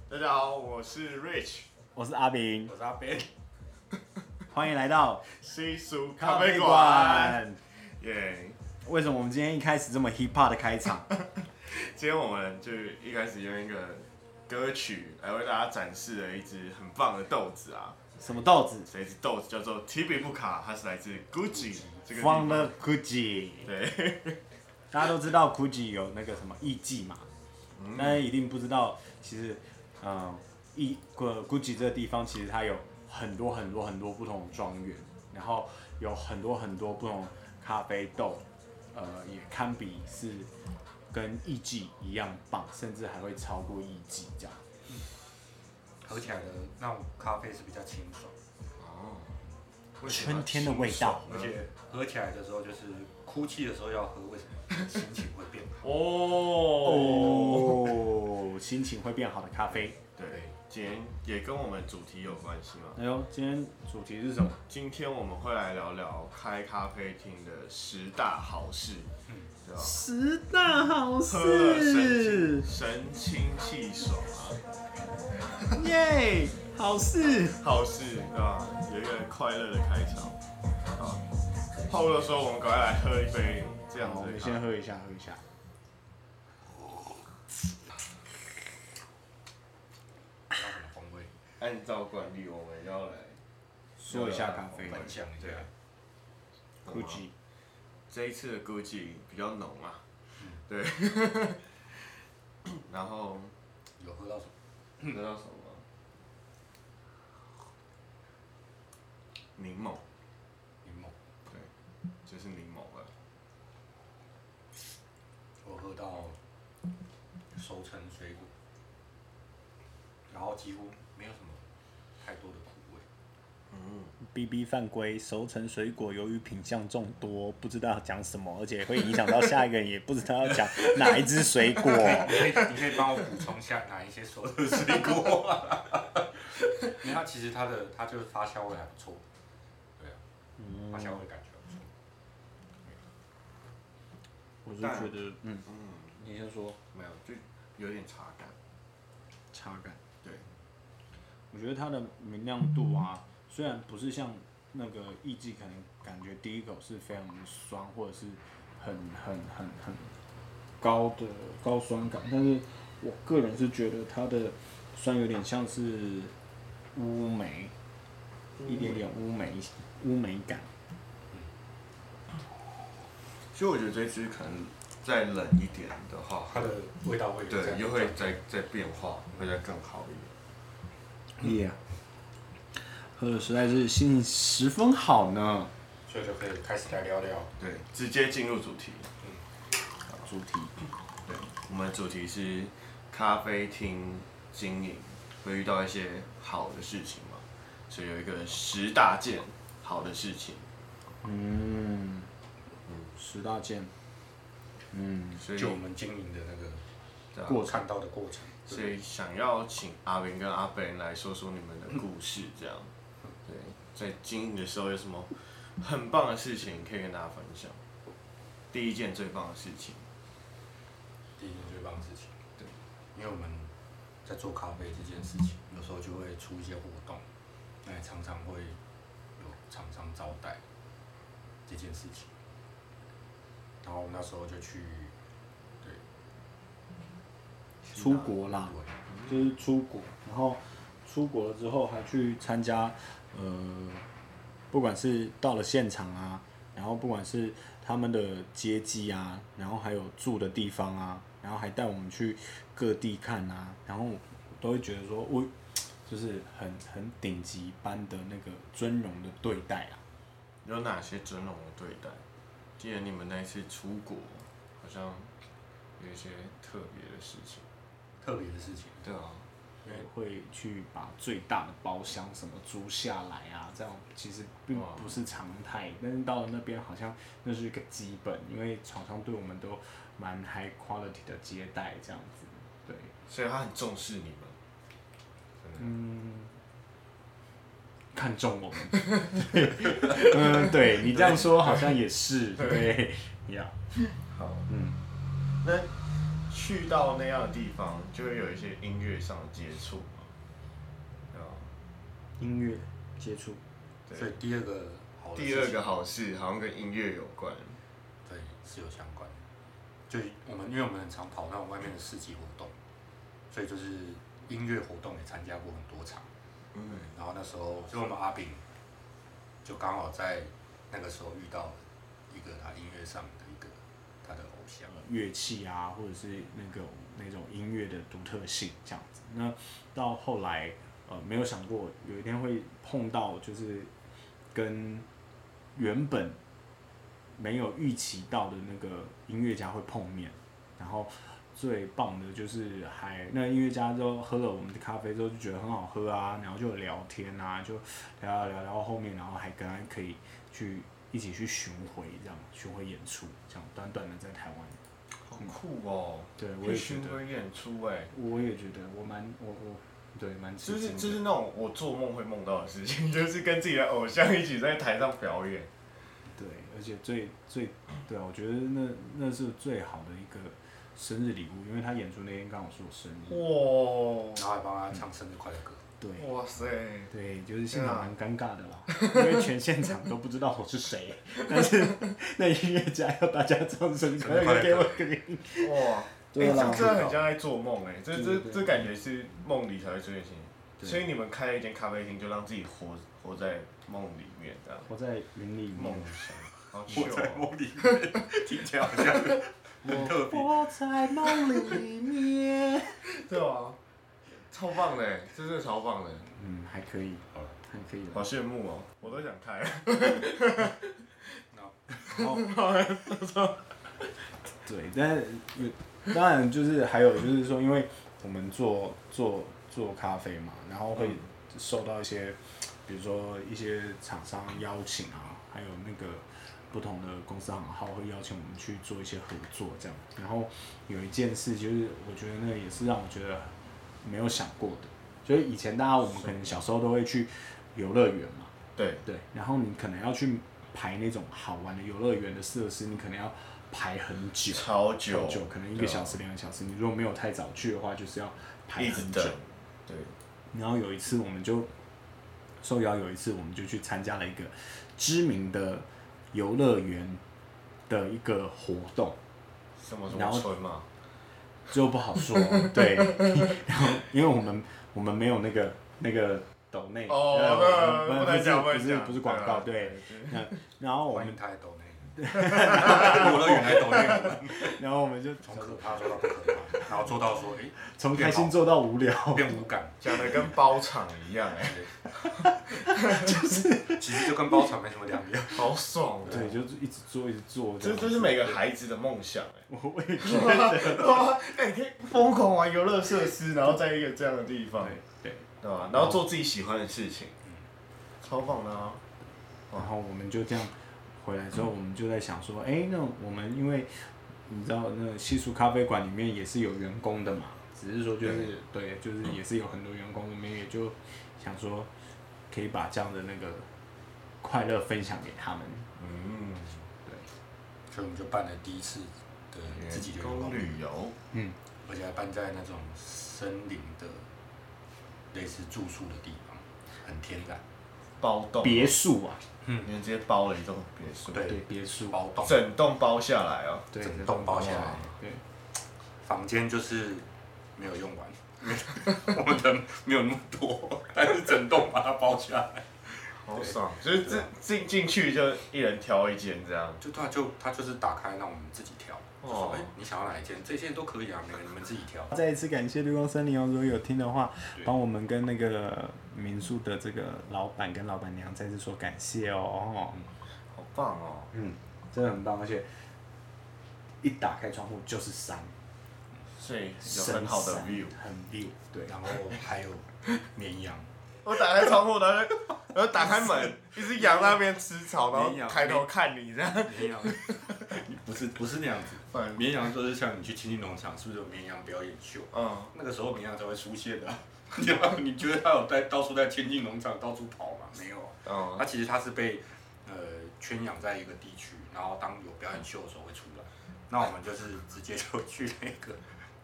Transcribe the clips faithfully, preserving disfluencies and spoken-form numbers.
大家好，我是 Rich， 我是阿炳， 我是阿 Ben， 欢迎来到西苏咖啡咖啡馆。 馆。 耶！ 为什么我们今天一开始这么 hip hop 的开场？ 今天我们就一开始用一个歌曲来为大家展示了一支很棒的豆子啊。 什么豆子这一支豆子叫做提比布卡，它是来自 Gucci 这个地 ？From 方。 the Gucci。 对， 大家都知道 Gucci 有那个什么艺妓嘛， 嗯但是一定不知道，其实，嗯，艺 Gucci 这个地方其实它有很多很多很多不同的庄园，然后有很多很多不同的咖啡豆，呃，也堪比是跟艺妓一样棒，甚至还会超过艺妓这样。 喝起来的那种咖啡是比较清爽， 哦， 春天的味道， 而且喝起来的时候就是哭泣的时候要喝，为什么？心情会变好。 哦， 哦，心情会变好的咖啡。 对，今天也跟我们主题有关系嘛。 哎呦，今天主题是什么？ 今天我们会来聊聊开咖啡厅的十大好事，对吧？ 十大好喝了神事清，神清气爽啊， 耶！好事， 好事，对吧？有一个快乐的开场。啊，话不多说，我们赶快来喝一杯这样好，我们子的咖啡。 先喝一下，喝一下。 那什么风味？ 按照惯例，我们要来说一下咖啡分享一下。 ，Gucci。 这一次的 Gucci 比较浓啊，对。然后有喝到什么？ 喝到什么？柠檬， 柠檬。 对，就是柠檬了。 我喝到熟成水果，然后几乎没有什么太多的苦味。 嗯， B B 犯规，熟成水果由于品相众多，不知道要讲什么，而且会影响到下一个人，也不知道要讲哪一支水果。 你可以，你可以帮我补充下哪一些熟的水果？因为它其实它的它就是发酵味还不错，对啊，发酵味感觉还不错。 我是觉得，嗯， 嗯， 你先说。 没有，就有点茶感。 茶感。 对， 我觉得它的明亮度啊，虽然不是像那个艺妓，可能感觉第一口是非常的酸，或者是很很很很高的高酸感，但是我个人是觉得它的酸有点像是乌梅，一点点乌梅乌梅感。 其实我觉得这支可能再冷一点的话， 它的味道会有这对， 样又会再再变化，会再更好一点。 耶、喝的实在是心情十分好呢。 所以就可以开始来聊聊。 对，直接进入主题。 主题， 对，我们的主题是咖啡厅经营会遇到一些好的事情嘛，所以有一个十大件好的事情。 嗯，十大件，嗯， 所以就我们经营的那个对啊过看到的过程。 所以想要请阿文跟阿本来说说你们的故事，这样。对，在经营的时候有什么很棒的事情可以跟大家分享？第一件最棒的事情。 第一件最棒的事情。 对， 因为我们在做咖啡这件事情，有时候就会出一些活动，那也常常会有厂商招待这件事情，然后那时候就去，对， 出国啦， 对， 就是出国，然后出国了之后还去参加，呃，不管是到了现场啊，然后不管是他们的接机啊，然后还有住的地方啊，然后还带我们去各地看啊，然后都会觉得说，我就是很很顶级般的那个尊荣的对待啊。 有哪些尊荣的对待？记得你们那一次出国，好像有一些特别的事情。 特别的事情。 对啊， 对，会去把最大的包厢什么租下来啊，这样其实并不是常态，但是到了那边好像那是一个基本，因为厂商对我们都蛮 high quality 的接待这样子，对， 所以他很重视你们。 嗯，看中我们，嗯，对你这样说好像也是，对，呀， 好， 嗯， 那去到那样的地方，就会有一些音乐上的接触嘛，对吧？ 音乐接触， 所以第二个好的第二个好事好像跟音乐有关。 对，是有相关的。就我们因为我们很常跑那种外面的市集活动，所以就是音乐活动也参加过很多场。嗯，然后那时候就我们阿炳就刚好在那个时候遇到一个他音乐上的一个他的偶像乐器啊，或者是那个那种音乐的独特性这样子。那到后来，呃，没有想过有一天会碰到，就是跟原本没有预期到的那个音乐家会碰面，然后最棒的就是还那音乐家就喝了我们的咖啡之后就觉得很好喝啊，然后就有聊天啊，就聊聊聊聊到后面，然后还跟他可以去一起去巡回这样，巡回演出这样，短短的在台湾。 好酷哦！ 对，我也觉得。 巡回演出哎， 我也觉得我蛮我我对蛮吃就是惊的。 就是那种我做梦会梦到的事情，就是跟自己的偶像一起在台上表演。 对，而且最最对啊，我觉得那那是最好的一个生日礼物，因为他演出那天刚好是我生日。 哇！ 然后还帮他唱生日快乐歌。 对。 哇塞！ 对，就是现场蛮尴尬的啦，因为全现场都不知道我是谁，但是那音乐家要大家唱生日快乐歌给我个音。 哇！ 对啦， 这真的很像在做梦哎，这这这感觉是梦里才会出现的事情。所以你们开了一间咖啡厅，就让自己活活在梦里面，这样。 活在云里面。 梦想，好活在梦里面，听起来好像很特别。 活在梦里面。 对啊，超棒的，这真的超棒的。 嗯，还可以，还可以。 好羡慕哦，我都想开。 好。对，但有。当然，就是还有就是说，因为我们做做做咖啡嘛，然后会受到一些，比如说一些厂商邀请啊，还有那个不同的公司行号会邀请我们去做一些合作这样。然后有一件事就是，我觉得那也是让我觉得没有想过的，就是以前大家我们可能小时候都会去游乐园嘛， 对对，然后你可能要去排那种好玩的游乐园的设施，你可能要排很久， 超久， 超久，可能一个小时、两个小时。你如果没有太早去的话，就是要排很久。 对。 然后有一次，我们就受邀，有一次我们就去参加了一个知名的游乐园的一个活动。 什么什么村嘛？ 就不好说，对。然后因为我们我们没有那个那个抖内， 哦，不能讲， 不是不是广告，对。然后我们他抖内。游乐园来抖内， 然后我们就从可怕做到不可怕，然后做到说，哎， 从开心做到无聊， 变无感， 讲的跟包场一样哎， 就是其实就跟包场没什么两样， 好爽哦。 对，就是一直做一直做， 这这是每个孩子的梦想哎。 我也觉得， 哎，你可以疯狂玩游乐设施，然后在一个这样的地方， 对对吧？然后做自己喜欢的事情，超棒的啊。 然后我们就这样。回来之后，我们就在想说，哎、欸，那我们因为你知道，那西蜀咖啡馆里面也是有员工的嘛，只是说就是对，就是也是有很多员工，我们也就想说，可以把这样的那个快乐分享给他们。嗯，对， 所以我们就办了第一次的自己的员工旅游， 嗯，而且还办在那种森林的类似住宿的地方，很天然， 包栋别墅啊。 嗯，你们直接包了一栋别墅， 对，别墅包栋， 整栋包下来哦， 整栋包下来， 对， 房间就是没有用完，因为我们人没有那么多，但是整栋把它包下来， 好爽，就是进进进去就一人挑一间这样， 就他就他就是打开让我们自己挑，就说哎你想要哪一间，这件都可以啊，每个你们自己挑。 再一次感谢绿光森林哦，如果有听的话，帮我们跟那个民宿的这个老板跟老板娘再次说感谢哦。 嗯，好棒哦， 嗯，真的很棒，而且一打开窗户就是山， 所以有很好的 view， 很 view， 对， 然后还有绵羊。 我打开窗户，然后然后打开门，一只羊在那边吃草，然后抬头看你这样。 绵羊，不是不是那样子，绵羊就是像你去亲近农场，是不是有绵羊表演秀？嗯，那个时候绵羊才会出现的、啊。你觉得它有在到处在亲近农场到处跑吗？没有啊。嗯，它其实它是被呃圈养在一个地区，然后当有表演秀的时候会出来。那我们就是直接就去那个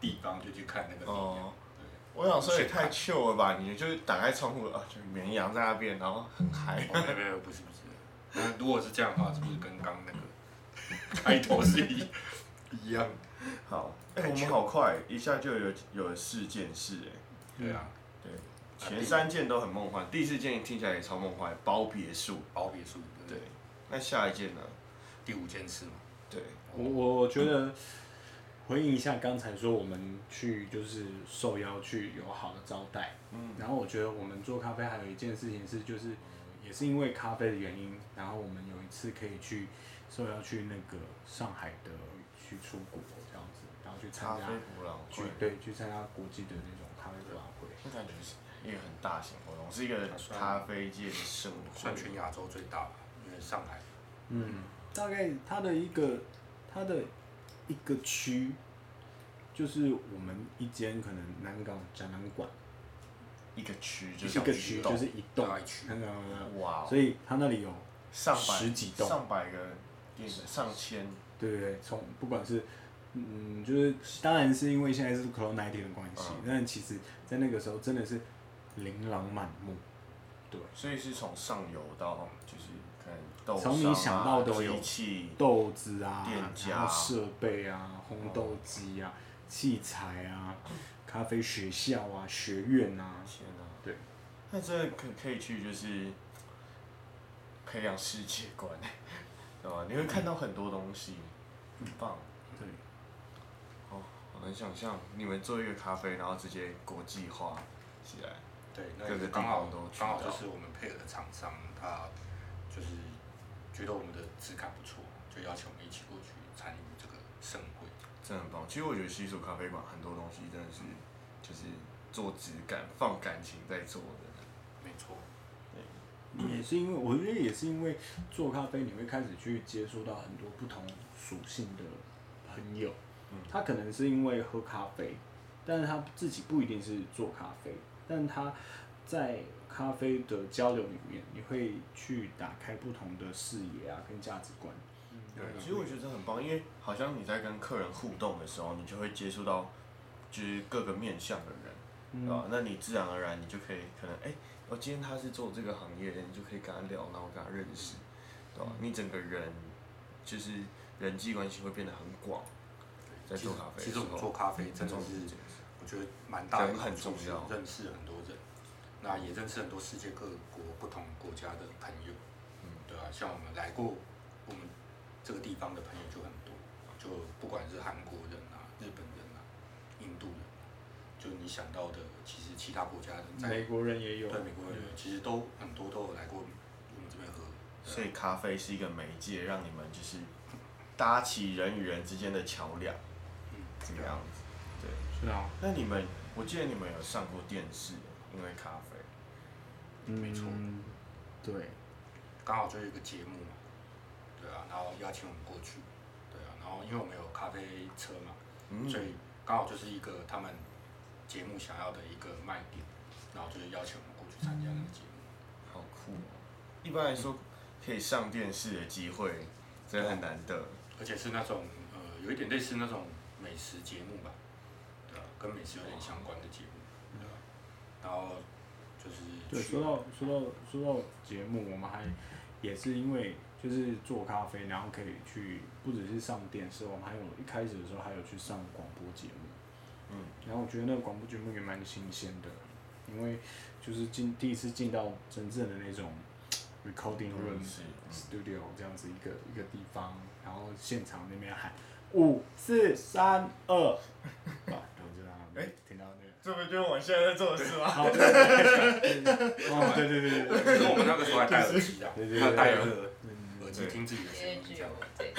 地方就去看那个绵羊。 哦，我想说也太 chill 了吧！你就是打开窗户啊，就绵羊在那边，然后很嗨。 哦，没有没有，不是不是。那如果是这样的话，是不是跟刚那个开头是一一样？ 好，哎、欸，我们好快，一下就有有了四件事哎。 对啊。 对。前三件都很梦幻，第四件听起来也超梦幻，包别墅。 包别墅。 对。那下一件呢？ 第五件事嘛。 对。 我我觉得回应一下刚才说我们去就是受邀去有好的招待，嗯，然后我觉得我们做咖啡还有一件事情是就是也是因为咖啡的原因，然后我们有一次可以去受邀去那个上海的去出国这样子，然后去参加咖啡博览会， 对，去参加国际的那种咖啡博览会。 那感觉是一个很大型活动，是一个咖啡界的盛会， 算全亚洲最大吧，因为上海。 嗯，大概它的一个它的一个区，就是我们一间可能南港展览馆。 一个区就是一个区就是一栋， 哇， 所以它那里有上百十几栋， 上百个店，上千， 对对对，从不管是嗯，就是当然是因为现在是 Corona 十九 的关系，嗯、但其实在那个时候真的是琳琅满目，对， 所以是从上游到就是可能豆从你想到的有豆子啊， 店家、设备啊、烘豆机啊、器材啊。咖啡学校啊，学院啊， 天啊， 对， 那这可可以去就是培养世界观，对吧？你会看到很多东西，很棒。 对， 哦，好难想象你们做一个咖啡，然后直接国际化起来， 对，那各个地刚好方都去刚好到。 就是我们配合的厂商，他就是觉得我们的质感不错，就邀请我们一起过去参与这个盛会。 真的很棒，其实我觉得西蜀咖啡馆很多东西真的是，就是做质感、放感情在做的。 没错。 对。也是因为我觉得也是因为做咖啡，你会开始去接触到很多不同属性的朋友。嗯。他可能是因为喝咖啡，但是他自己不一定是做咖啡，但他在咖啡的交流里面，你会去打开不同的视野啊，跟价值观。 对，其实我觉得这很棒，因为好像你在跟客人互动的时候，你就会接触到就是各个面向的人，嗯、对吧？那你自然而然你就可以可能哎，我、欸、今天他是做这个行业的，你就可以跟他聊，然后跟他认识，对吧？你整个人就是人际关系会变得很广，在做咖啡。 其实我们做咖啡真的是，我觉得蛮大的很重要， 认识很多人，那也认识很多世界各国不同国家的朋友，嗯，对啊，像我们来过我们。这个地方的朋友就很多，就不管是韩国人啊、日本人啊、印度人啊，就你想到的，其实其他国家人在， 美国人也有， 对，美国人其实都很多都有来过我们这边喝。 所以咖啡是一个媒介，让你们就是搭起人与人之间的桥梁，嗯，这个样子，对， 是啊。 那你们，我记得你们有上过电视，因为咖啡， 嗯， 没错， 对， 刚好就有一个节目嘛。对啊，然后邀请我们过去，对啊，然后因为我们有咖啡车嘛，嗯、所以刚好就是一个他们节目想要的一个卖点，然后就是邀请我们过去参加那个节目。 好酷哦！一般来说，可以上电视的机会真的很难得， 而且是那种呃有一点类似那种美食节目吧，对啊，跟美食有点相关的节目，对啊，然后就是对，说到说到说到节目，我们还也是因为。就是做咖啡，然后可以去，不只是上电视，我们还有一开始的时候还有去上广播节目，嗯，然后我觉得那个广播节目也蛮新鲜的，因为就是进第一次进到真正的那种 recording room、嗯、studio 这样子一个一个地方，然后现场那边喊五四三二，然后就让他们听到那个。 这不就是我现在在做的事吗？ 哦，对对对，哦，对对对对， 可是我们那个时候还戴耳机啊， 对对对， 他戴那个。耳机听自己的声音，这样，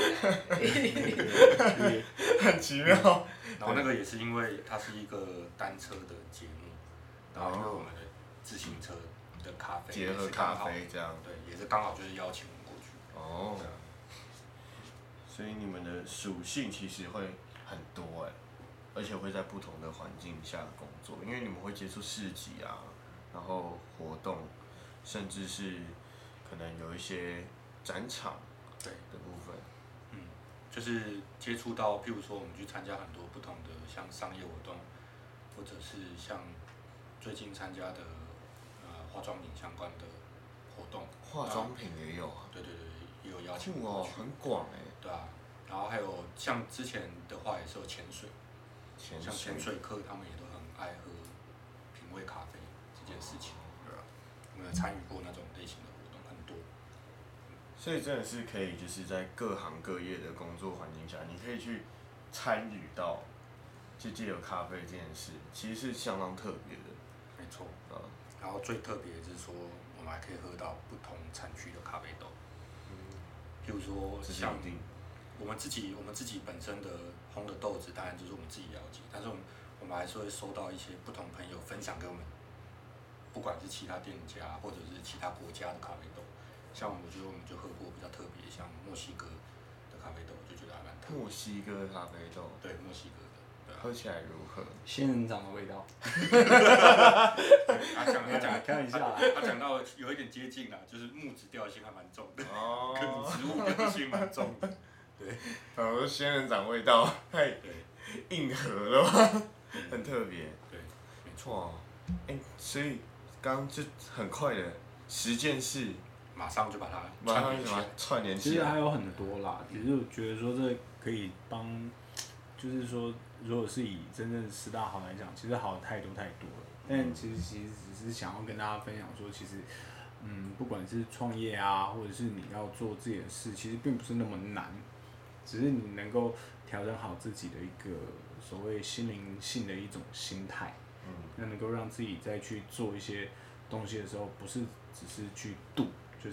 很奇妙。 然后那个也是因为它是一个单车的节目，然后就是我们的自行车的咖啡结合咖啡这样， 对，也是刚好就是邀请我们过去。 哦。所以你们的属性其实会很多哎，而且会在不同的环境下工作，因为你们会接触市集啊，然后活动，甚至是可能有一些。展场对的部分， 嗯， 就是接触到，譬如说我们去参加很多不同的像商业活动，或者是像最近参加的呃化妆品相关的活动。 化妆品也有啊？ 对对对，也有邀请酷哦， 过去。 很广哎。 对啊，然后还有像之前的话也是有潜水， 潜水像潜水课他们也都很爱喝品味咖啡这件事情，对啊，我们有参与过那种类型的活动很多。 所以真的是可以，就是在各行各业的工作环境下，你可以去参与到，就借由咖啡这件事，其实是相当特别的。 没错。 啊， 然后最特别的是说，我们还可以喝到不同产区的咖啡豆。嗯。譬如说像我们自己，我们自己本身的烘的豆子，当然就是我们自己了解，但是我们我们还是会收到一些不同朋友分享给我们，不管是其他店家或者是其他国家的咖啡豆。像我觉得我们就喝过比较特别，像墨西哥的咖啡豆，我就觉得还蛮特别。 墨西哥咖啡豆。对， 墨西哥的。对啊、 喝起来如何？ 仙人掌的味道。 他讲他讲开玩笑， 他讲到有一点接近啦，就是木质调性还蛮重的， 哦， 跟植物调性蛮重的。对， 反而仙人掌味道太硬核了吧，很特别。 对，没错。 哎、欸，所以刚刚就很快的十件事， 马上就把它马上就把它串联起来。 其实还有很多啦，只是我觉得说这可以帮，就是说，如果是以真正师大好来讲，其实好的太多太多了。但其实其实只是想要跟大家分享说，其实，嗯，不管是创业啊，或者是你要做自己的事，其实并不是那么难，只是你能够调整好自己的一个所谓心灵性的一种心态，嗯，那能够让自己再去做一些东西的时候，不是只是去度，就是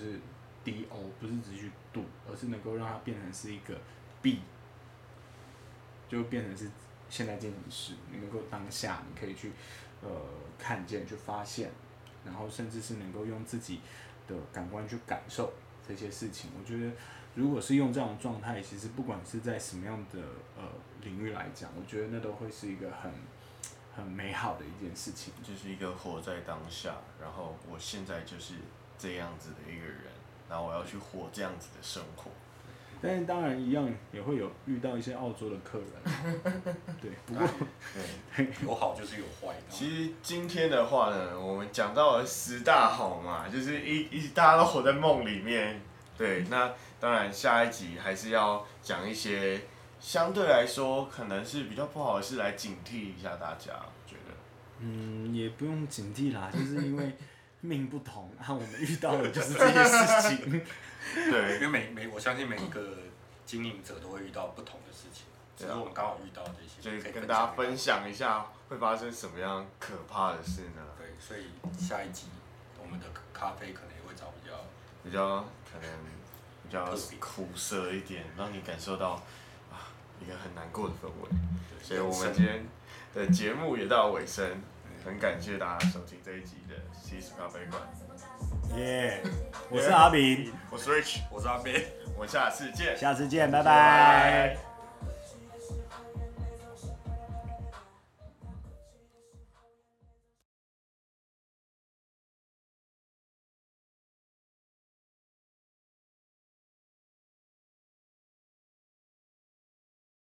D O， 不是只是去度，而是能够让它变成是一个 B， 就变成是现在进行时，你能够当下你可以去呃看见、去发现，然后甚至是能够用自己的感官去感受这些事情。我觉得，如果是用这种状态，其实不管是在什么样的呃领域来讲，我觉得那都会是一个很很美好的一件事情。 就是一个活在当下，然后我现在就是这样子的一个人，然后我要去活这样子的生活。 但是当然一样也会有遇到一些澳洲的客人，对，不过对， 有好就是有坏。 其实今天的话呢，我们讲到了十大好嘛，就是一一大家都活在梦里面。对，那当然下一集还是要讲一些相对来说可能是比较不好的事来警惕一下大家，我觉得。 嗯，也不用警惕啦，就是因为命不同，然后我们遇到的就是这些事情。 对， 因为每每我相信每一个经营者都会遇到不同的事情，只是我们刚好遇到这些， 就是跟大家分享一下会发生什么样可怕的事呢？ 对，所以下一集我们的咖啡可能也会找比较比较可能比较苦涩一点，让你感受到啊一个很难过的氛围。所以我们今天的节目也到尾声，很感谢大家收听这一集的西式咖啡馆。 耶、yeah, 我是阿炳， 我是 Rich， 我是阿斌， 我们下次见， 下次见，拜拜。